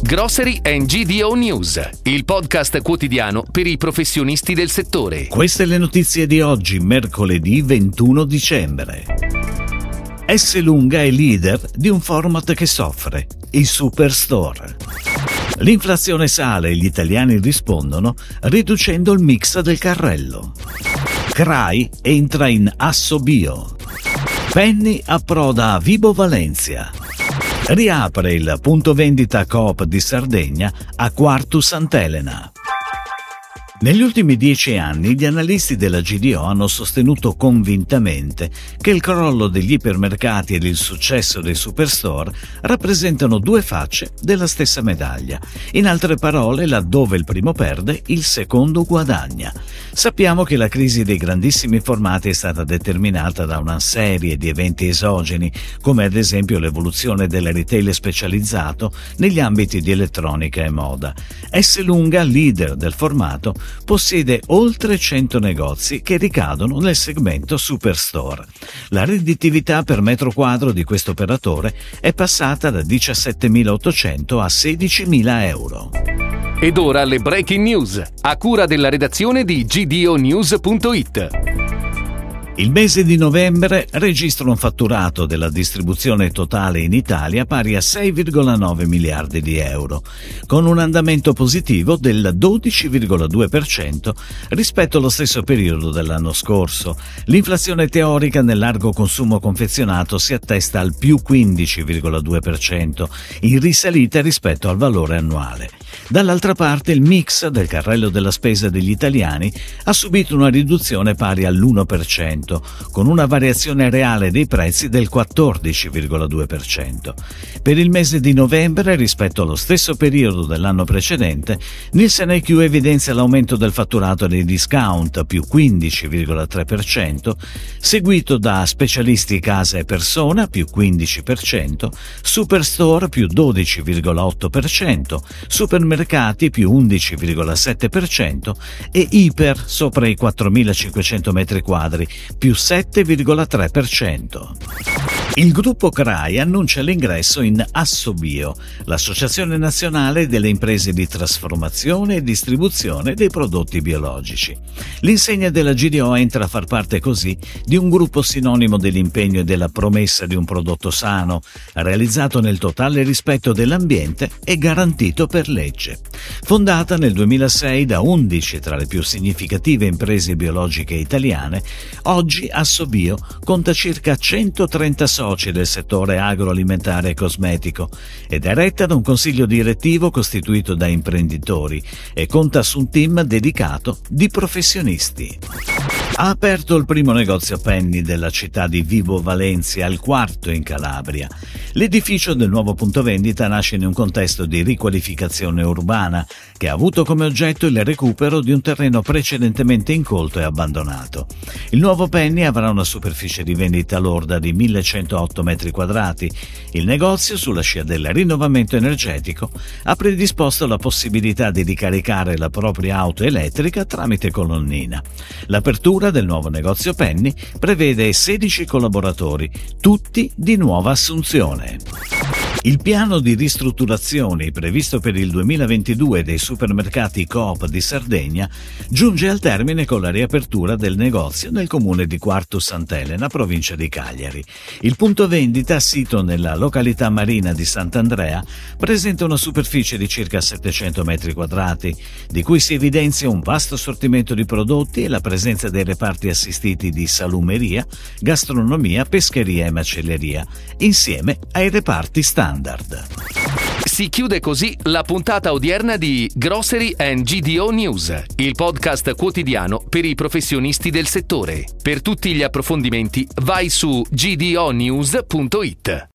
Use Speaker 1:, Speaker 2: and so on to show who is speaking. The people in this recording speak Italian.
Speaker 1: Grocery and GDO News, il podcast quotidiano per i professionisti del settore.
Speaker 2: Queste le notizie di oggi, mercoledì 21 dicembre. Esselunga è leader di un format che soffre, il Superstore. L'inflazione sale e gli italiani rispondono riducendo il mix del carrello. CRAI entra in Assobio. Penny approda a Vibo Valentia. Riapre il punto vendita Coop di Sardegna a Quartu Sant'Elena. Negli ultimi 10 anni gli analisti della GDO hanno sostenuto convintamente che il crollo degli ipermercati ed il successo dei superstore rappresentano due facce della stessa medaglia. In altre parole, laddove il primo perde, il secondo guadagna. Sappiamo che la crisi dei grandissimi formati è stata determinata da una serie di eventi esogeni, come ad esempio l'evoluzione del retail specializzato negli ambiti di elettronica e moda. Esselunga, leader del formato, possiede oltre 100 negozi che ricadono nel segmento Superstore. La redditività per metro quadro di questo operatore è passata da 17.800 a 16.000 euro.
Speaker 1: Ed ora le breaking news, a cura della redazione di gdonews.it.
Speaker 2: Il mese di novembre registra un fatturato della distribuzione totale in Italia pari a 6,9 miliardi di euro, con un andamento positivo del 12,2% rispetto allo stesso periodo dell'anno scorso. L'inflazione teorica nel largo consumo confezionato si attesta al più 15,2%, in risalita rispetto al valore annuale. Dall'altra parte il mix del carrello della spesa degli italiani ha subito una riduzione pari all'1%, con una variazione reale dei prezzi del 14,2%. Per il mese di novembre, rispetto allo stesso periodo dell'anno precedente, Nielsen IQ evidenzia l'aumento del fatturato dei discount più 15,3%, seguito da specialisti casa e persona più 15%, Superstore più 12,8%, supermercati più 11,7% e iper sopra i 4.500 metri quadri più 7,3%. Il gruppo CRAI annuncia l'ingresso in Assobio, l'Associazione Nazionale delle Imprese di Trasformazione e Distribuzione dei Prodotti Biologici. L'insegna della GDO entra a far parte così di un gruppo sinonimo dell'impegno e della promessa di un prodotto sano, realizzato nel totale rispetto dell'ambiente e garantito per legge. Fondata nel 2006 da 11 tra le più significative imprese biologiche italiane, oggi Assobio conta circa 130 soci del settore agroalimentare e cosmetico ed è retta da un consiglio direttivo costituito da imprenditori e conta su un team dedicato di professionisti. Ha aperto il primo negozio Penny della città di Vibo Valentia, il quarto in Calabria. L'edificio del nuovo punto vendita nasce in un contesto di riqualificazione urbana che ha avuto come oggetto il recupero di un terreno precedentemente incolto e abbandonato. Il nuovo Penny avrà una superficie di vendita lorda di 1.108 metri quadrati. Il negozio, sulla scia del rinnovamento energetico, ha predisposto la possibilità di ricaricare la propria auto elettrica tramite colonnina. L'apertura del nuovo negozio Penny prevede 16 collaboratori, tutti di nuova assunzione. Il piano di ristrutturazioni previsto per il 2022 dei supermercati Coop di Sardegna giunge al termine con la riapertura del negozio nel comune di Quartu Sant'Elena, provincia di Cagliari. Il punto vendita, sito nella località marina di Sant'Andrea, presenta una superficie di circa 700 metri quadrati, di cui si evidenzia un vasto assortimento di prodotti e la presenza dei reparti assistiti di salumeria, gastronomia, pescheria e macelleria, insieme ai reparti standard.
Speaker 1: Si chiude così la puntata odierna di Grocery and GDO News, il podcast quotidiano per i professionisti del settore. Per tutti gli approfondimenti vai su gdonews.it.